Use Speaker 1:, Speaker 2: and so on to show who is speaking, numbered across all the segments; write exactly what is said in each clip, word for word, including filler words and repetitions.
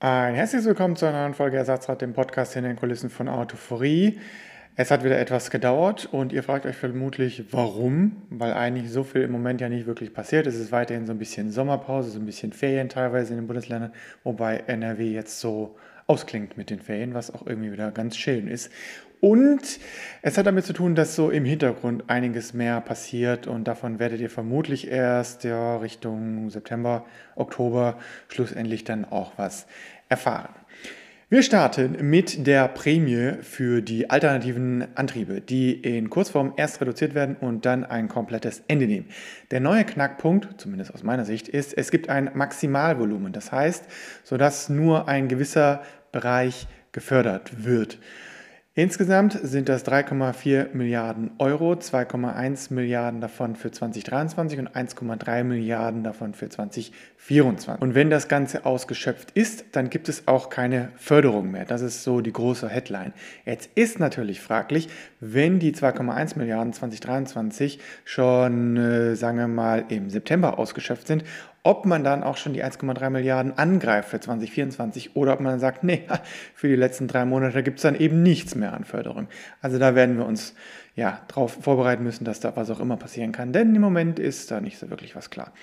Speaker 1: Ein herzliches Willkommen zu einer neuen Folge Ersatzrad, dem Podcast hinter den Kulissen von Autoforie. Es hat wieder etwas gedauert und ihr fragt euch vermutlich, warum, weil eigentlich so viel im Moment ja nicht wirklich passiert. Es ist weiterhin so ein bisschen Sommerpause, so ein bisschen Ferien teilweise in den Bundesländern, wobei N R W jetzt so ausklingt mit den Ferien, was auch irgendwie wieder ganz schön ist. Und es hat damit zu tun, dass so im Hintergrund einiges mehr passiert und davon werdet ihr vermutlich erst ja, Richtung September, Oktober schlussendlich dann auch was erfahren. Wir starten mit der Prämie für die alternativen Antriebe, die in Kurzform erst reduziert werden und dann ein komplettes Ende nehmen. Der neue Knackpunkt, zumindest aus meiner Sicht, ist, es gibt ein Maximalvolumen. Das heißt, sodass nur ein gewisser Bereich gefördert wird. Insgesamt sind das drei Komma vier Milliarden Euro, zwei Komma eins Milliarden davon für zwanzig dreiundzwanzig und eins Komma drei Milliarden davon für zwanzig vierundzwanzig. Und wenn das Ganze ausgeschöpft ist, dann gibt es auch keine Förderung mehr. Das ist so die große Headline. Jetzt ist natürlich fraglich, wenn die zwei Komma eins Milliarden zwanzig dreiundzwanzig schon, äh, sagen wir mal, im September ausgeschöpft sind, ob man dann auch schon die eins Komma drei Milliarden angreift für zwanzig vierundzwanzig oder ob man dann sagt, nee, für die letzten drei Monate gibt es dann eben nichts mehr an Förderung. Also da werden wir uns ja darauf vorbereiten müssen, dass da was auch immer passieren kann, denn im Moment ist da nicht so wirklich was klar.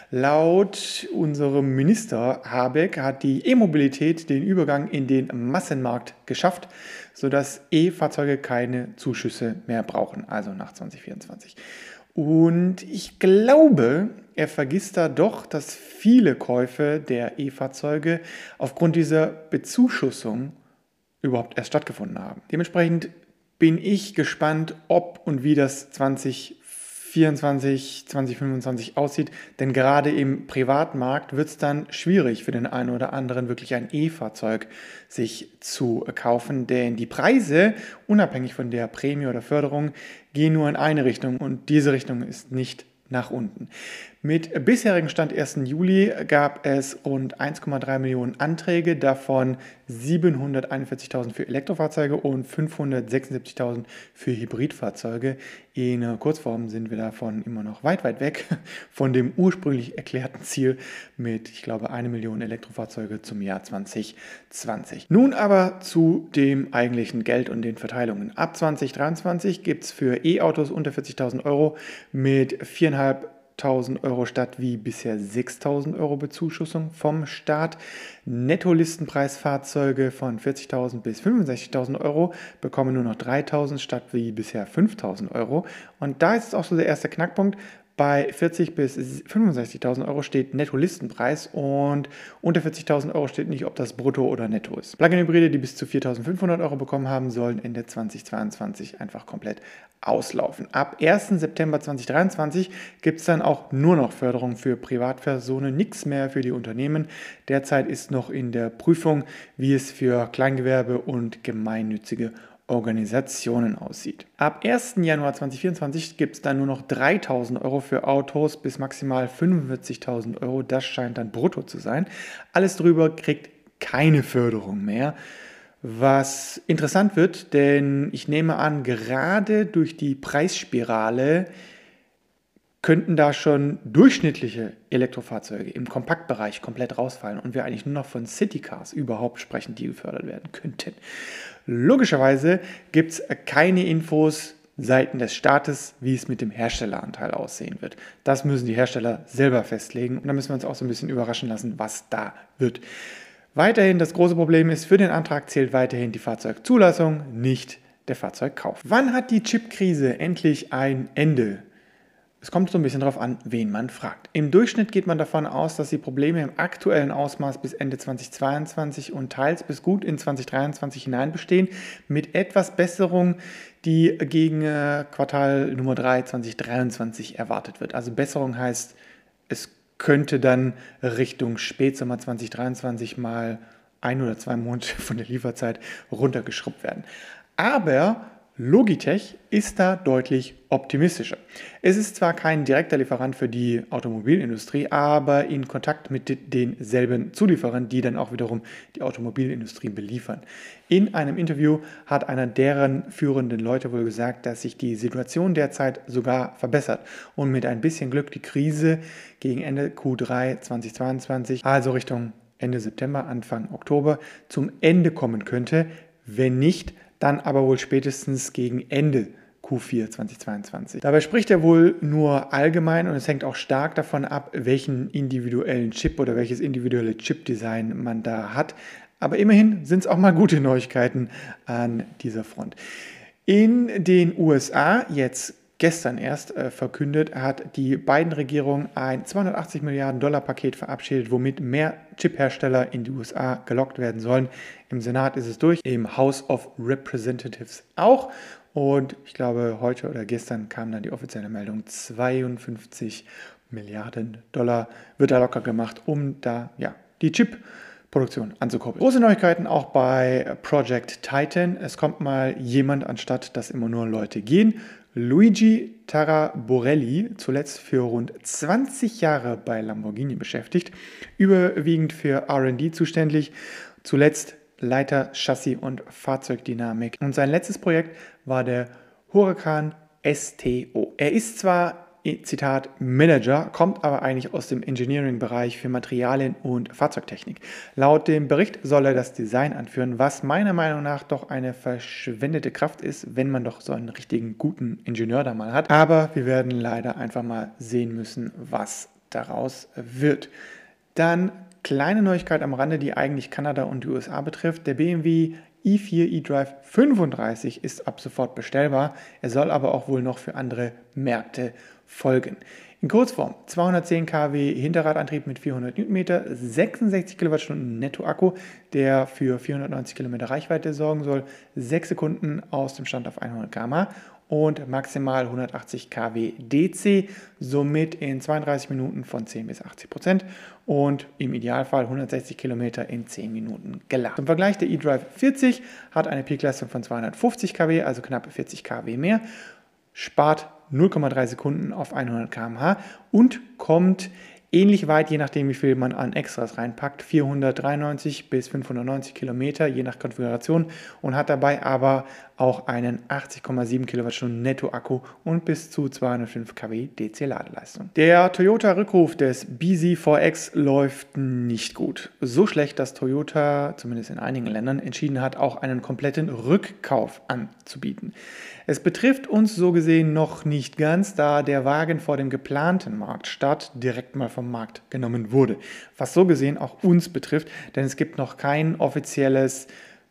Speaker 1: Laut unserem Minister Habeck hat die E-Mobilität den Übergang in den Massenmarkt geschafft, sodass E-Fahrzeuge keine Zuschüsse mehr brauchen, also nach zwanzig vierundzwanzig. Und ich glaube, er vergisst da doch, dass viele Käufe der E-Fahrzeuge aufgrund dieser Bezuschussung überhaupt erst stattgefunden haben. Dementsprechend bin ich gespannt, ob und wie das zwanzig vierundzwanzig, zwanzig fünfundzwanzig aussieht, denn gerade im Privatmarkt wird es dann schwierig für den einen oder anderen wirklich ein E-Fahrzeug sich zu kaufen, denn die Preise, unabhängig von der Prämie oder Förderung, gehen nur in eine Richtung und diese Richtung ist nicht nach unten. Mit bisherigem Stand ersten Juli gab es rund eins Komma drei Millionen Anträge, davon siebenhunderteinundvierzigtausend für Elektrofahrzeuge und fünfhundertsechsundsiebzigtausend für Hybridfahrzeuge. In Kurzform sind wir davon immer noch weit, weit weg von dem ursprünglich erklärten Ziel mit, ich glaube, eine Million Elektrofahrzeuge zum Jahr zwanzig zwanzig. Nun aber zu dem eigentlichen Geld und den Verteilungen. Ab zwanzig dreiundzwanzig gibt es für E-Autos unter vierzigtausend Euro mit viertausendfünfhundert Euro statt wie bisher sechstausend Euro Bezuschussung vom Staat. Netto-Listenpreisfahrzeuge von vierzigtausend bis fünfundsechzigtausend Euro bekommen nur noch dreitausend statt wie bisher fünftausend Euro. Und da ist auch so der erste Knackpunkt. Bei vierzig bis fünfundsechzigtausend Euro steht Netto-Listenpreis und unter vierzigtausend Euro steht nicht, ob das brutto oder netto ist. Plug-in-Hybride, die bis zu viertausendfünfhundert Euro bekommen haben, sollen Ende zwanzig zweiundzwanzig einfach komplett auslaufen. Ab ersten September zwanzig dreiundzwanzig gibt es dann auch nur noch Förderung für Privatpersonen, nichts mehr für die Unternehmen. Derzeit ist noch in der Prüfung, wie es für Kleingewerbe und gemeinnützige Organisationen aussieht. Ab ersten Januar zwanzig vierundzwanzig gibt es dann nur noch dreitausend Euro für Autos bis maximal fünfundvierzigtausend Euro. Das scheint dann brutto zu sein. Alles drüber kriegt keine Förderung mehr. Was interessant wird, denn ich nehme an, gerade durch die Preisspirale könnten da schon durchschnittliche Elektrofahrzeuge im Kompaktbereich komplett rausfallen und wir eigentlich nur noch von Citycars überhaupt sprechen, die gefördert werden könnten. Logischerweise gibt es keine Infos seitens des Staates, wie es mit dem Herstelleranteil aussehen wird. Das müssen die Hersteller selber festlegen und da müssen wir uns auch so ein bisschen überraschen lassen, was da wird. Weiterhin das große Problem ist, für den Antrag zählt weiterhin die Fahrzeugzulassung, nicht der Fahrzeugkauf. Wann hat die Chipkrise endlich ein Ende? Es kommt so ein bisschen darauf an, wen man fragt. Im Durchschnitt geht man davon aus, dass die Probleme im aktuellen Ausmaß bis Ende zwanzig zweiundzwanzig und teils bis gut in zwanzig dreiundzwanzig hinein bestehen, mit etwas Besserung, die gegen äh, Quartal Nummer drei zwanzig dreiundzwanzig erwartet wird. Also Besserung heißt, es könnte dann Richtung Spätsommer zwanzig dreiundzwanzig mal ein oder zwei Monate von der Lieferzeit runtergeschrubbt werden. Aber Logitech ist da deutlich optimistischer. Es ist zwar kein direkter Lieferant für die Automobilindustrie, aber in Kontakt mit denselben Zulieferern, die dann auch wiederum die Automobilindustrie beliefern. In einem Interview hat einer deren führenden Leute wohl gesagt, dass sich die Situation derzeit sogar verbessert und mit ein bisschen Glück die Krise gegen Ende Q drei zwanzig zweiundzwanzig, also Richtung Ende September, Anfang Oktober zum Ende kommen könnte. Wenn nicht, dann aber wohl spätestens gegen Ende Q vier zweitausendzweiundzwanzig. Dabei spricht er wohl nur allgemein und es hängt auch stark davon ab, welchen individuellen Chip oder welches individuelle Chip-Design man da hat. Aber immerhin sind es auch mal gute Neuigkeiten an dieser Front. In den U S A, jetzt gestern erst äh, verkündet, hat die Biden-Regierung ein zweihundertachtzig Milliarden Dollar Paket verabschiedet, womit mehr Chip-Hersteller in die U S A gelockt werden sollen. Im Senat ist es durch, im House of Representatives auch. Und ich glaube, heute oder gestern kam dann die offizielle Meldung, zweiundfünfzig Milliarden Dollar wird da locker gemacht, um da ja die Chip-Produktion anzukurbeln. Große Neuigkeiten auch bei Project Titan. Es kommt mal jemand, anstatt dass immer nur Leute gehen. Luigi Taraborelli, zuletzt für rund zwanzig Jahre bei Lamborghini beschäftigt, überwiegend für R und D zuständig, zuletzt Leiter Chassis und Fahrzeugdynamik. Und sein letztes Projekt war der Huracan S T O. Er ist zwar, Zitat, Manager, kommt aber eigentlich aus dem Engineering-Bereich für Materialien und Fahrzeugtechnik. Laut dem Bericht soll er das Design anführen, was meiner Meinung nach doch eine verschwendete Kraft ist, wenn man doch so einen richtigen guten Ingenieur da mal hat. Aber wir werden leider einfach mal sehen müssen, was daraus wird. Dann kleine Neuigkeit am Rande, die eigentlich Kanada und die U S A betrifft. Der B M W i vier eDrive fünfunddreißig ist ab sofort bestellbar. Er soll aber auch wohl noch für andere Märkte folgen. In Kurzform, zweihundertzehn Kilowatt Hinterradantrieb mit vierhundert Newtonmeter, sechsundsechzig Kilowattstunden Nettoakku, der für vierhundertneunzig Kilometer Reichweite sorgen soll, sechs Sekunden aus dem Stand auf hundert Kilometer pro Stunde und maximal hundertachtzig Kilowatt D C, somit in zweiunddreißig Minuten von zehn bis achtzig Prozent und im Idealfall hundertsechzig Kilometer in zehn Minuten geladen. Zum Vergleich, der eDrive vierzig hat eine Peakleistung von zweihundertfünfzig Kilowatt, also knapp vierzig Kilowatt mehr, spart null Komma drei Sekunden auf hundert Kilometer pro Stunde und kommt ähnlich weit, je nachdem wie viel man an Extras reinpackt, vierhundertdreiundneunzig bis fünfhundertneunzig Kilometer, je nach Konfiguration, und hat dabei aber auch einen achtzig Komma sieben Kilowattstunden Nettoakku und bis zu zweihundertfünf Kilowatt D C Ladeleistung. Der Toyota-Rückruf des B Z vier X läuft nicht gut. So schlecht, dass Toyota, zumindest in einigen Ländern, entschieden hat, auch einen kompletten Rückkauf anzubieten. Es betrifft uns so gesehen noch nicht ganz, da der Wagen vor dem geplanten Marktstart direkt mal vom Markt genommen wurde. Was so gesehen auch uns betrifft, denn es gibt noch kein offizielles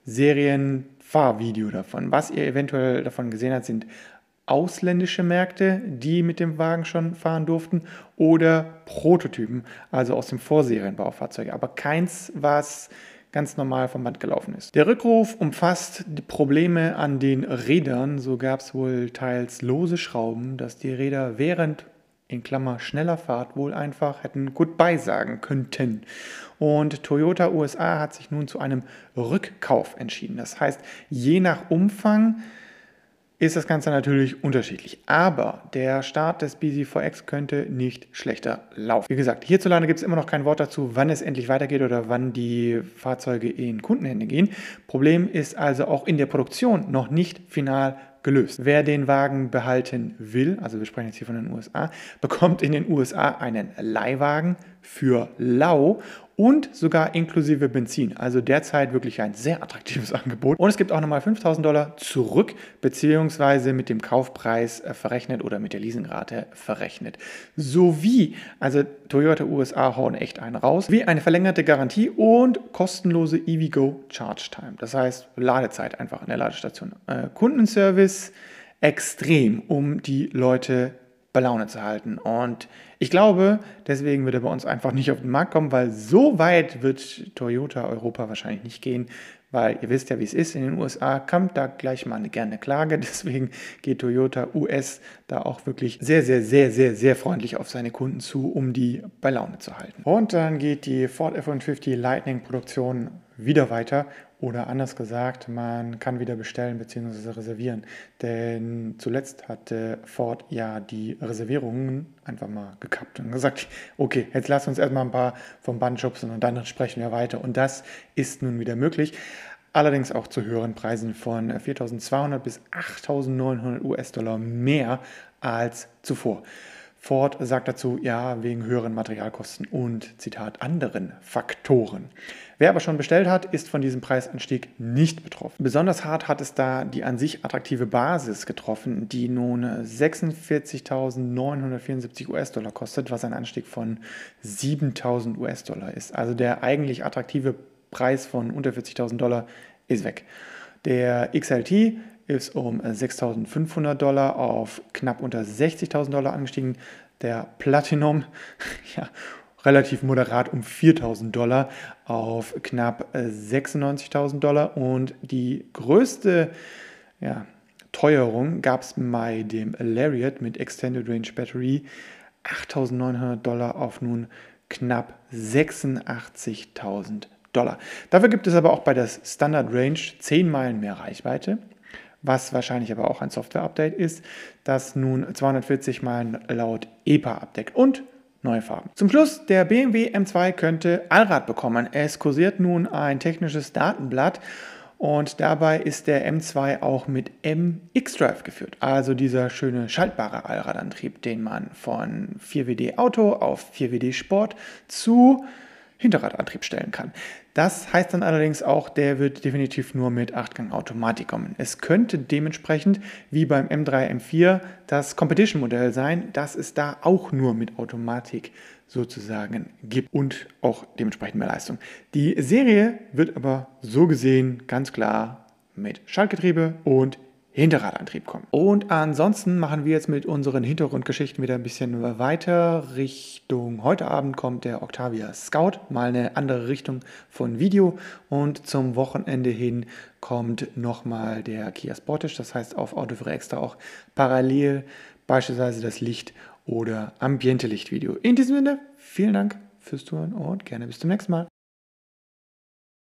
Speaker 1: Serienfahrvideo davon. Was ihr eventuell davon gesehen habt, sind ausländische Märkte, die mit dem Wagen schon fahren durften, oder Prototypen, also aus dem Vorserienbaufahrzeuge, aber keins, was ganz normal vom Band gelaufen ist. Der Rückruf umfasst die Probleme an den Rädern. So gab es wohl teils lose Schrauben, dass die Räder während, in Klammer, schneller Fahrt wohl einfach hätten Goodbye sagen könnten. Und Toyota U S A hat sich nun zu einem Rückkauf entschieden. Das heißt, je nach Umfang ist das Ganze natürlich unterschiedlich. Aber der Start des B Z vier X könnte nicht schlechter laufen. Wie gesagt, hierzulande gibt es immer noch kein Wort dazu, wann es endlich weitergeht oder wann die Fahrzeuge in Kundenhände gehen. Problem ist also auch in der Produktion noch nicht final gelöst. Wer den Wagen behalten will, also wir sprechen jetzt hier von den U S A, bekommt in den U S A einen Leihwagen für lau und sogar inklusive Benzin. Also derzeit wirklich ein sehr attraktives Angebot. Und es gibt auch nochmal fünftausend Dollar zurück, beziehungsweise mit dem Kaufpreis verrechnet oder mit der Leasingrate verrechnet. Sowie, also Toyota U S A hauen echt einen raus, wie eine verlängerte Garantie und kostenlose E V Go Charge Time. Das heißt, Ladezeit einfach in der Ladestation. Äh, Kundenservice extrem, um die Leute bei Laune zu halten. Und ich glaube, deswegen wird er bei uns einfach nicht auf den Markt kommen, weil so weit wird Toyota Europa wahrscheinlich nicht gehen, weil ihr wisst ja, wie es ist. In den U S A kommt da gleich mal eine, gerne eine Klage. Deswegen geht Toyota U S da auch wirklich sehr, sehr, sehr, sehr, sehr freundlich auf seine Kunden zu, um die bei Laune zu halten. Und dann geht die Ford F hundertfünfzig Lightning Produktion wieder weiter. Oder anders gesagt, man kann wieder bestellen bzw. reservieren. Denn zuletzt hatte Ford ja die Reservierungen einfach mal gekappt und gesagt, okay, jetzt lass uns erstmal ein paar vom Band schubsen und dann sprechen wir weiter. Und das ist nun wieder möglich. Allerdings auch zu höheren Preisen von viertausendzweihundert bis achttausendneunhundert US-Dollar mehr als zuvor. Ford sagt dazu, ja, wegen höheren Materialkosten und, Zitat, anderen Faktoren. Wer aber schon bestellt hat, ist von diesem Preisanstieg nicht betroffen. Besonders hart hat es da die an sich attraktive Basis getroffen, die nun sechsundvierzigtausendneunhundertvierundsiebzig US-Dollar kostet, was ein Anstieg von siebentausend US-Dollar ist. Also der eigentlich attraktive Preis von unter vierzigtausend Dollar ist weg. Der X L T ist um sechstausendfünfhundert Dollar auf knapp unter sechzigtausend Dollar angestiegen. Der Platinum, ja, relativ moderat um viertausend Dollar auf knapp sechsundneunzigtausend Dollar. Und die größte ja, Teuerung gab es bei dem Lariat mit Extended Range Battery, achttausendneunhundert Dollar auf nun knapp sechsundachtzigtausend Dollar. Dafür gibt es aber auch bei der Standard Range zehn Meilen mehr Reichweite, was wahrscheinlich aber auch ein Software-Update ist, das nun zweihundertvierzig Meilen laut E P A abdeckt und neue Farben. Zum Schluss, der B M W M zwei könnte Allrad bekommen. Es kursiert nun ein technisches Datenblatt und dabei ist der M zwei auch mit M X-Drive geführt, also dieser schöne schaltbare Allradantrieb, den man von vier W D Auto auf vier W D Sport zu Hinterradantrieb stellen kann. Das heißt dann allerdings auch, der wird definitiv nur mit acht-Gang-Automatik kommen. Es könnte dementsprechend wie beim M drei, M vier das Competition-Modell sein, dass es da auch nur mit Automatik sozusagen gibt und auch dementsprechend mehr Leistung. Die Serie wird aber so gesehen ganz klar mit Schaltgetriebe und Hinterradantrieb kommen. Und ansonsten machen wir jetzt mit unseren Hintergrundgeschichten wieder ein bisschen weiter. Richtung heute Abend kommt der Octavia Scout, mal eine andere Richtung von Video. Und zum Wochenende hin kommt nochmal der Kia Sportage, das heißt auf Autofree Extra auch parallel beispielsweise das Licht- oder Ambiente-Licht-Video. In diesem Sinne, vielen Dank fürs Zuhören und gerne bis zum nächsten Mal.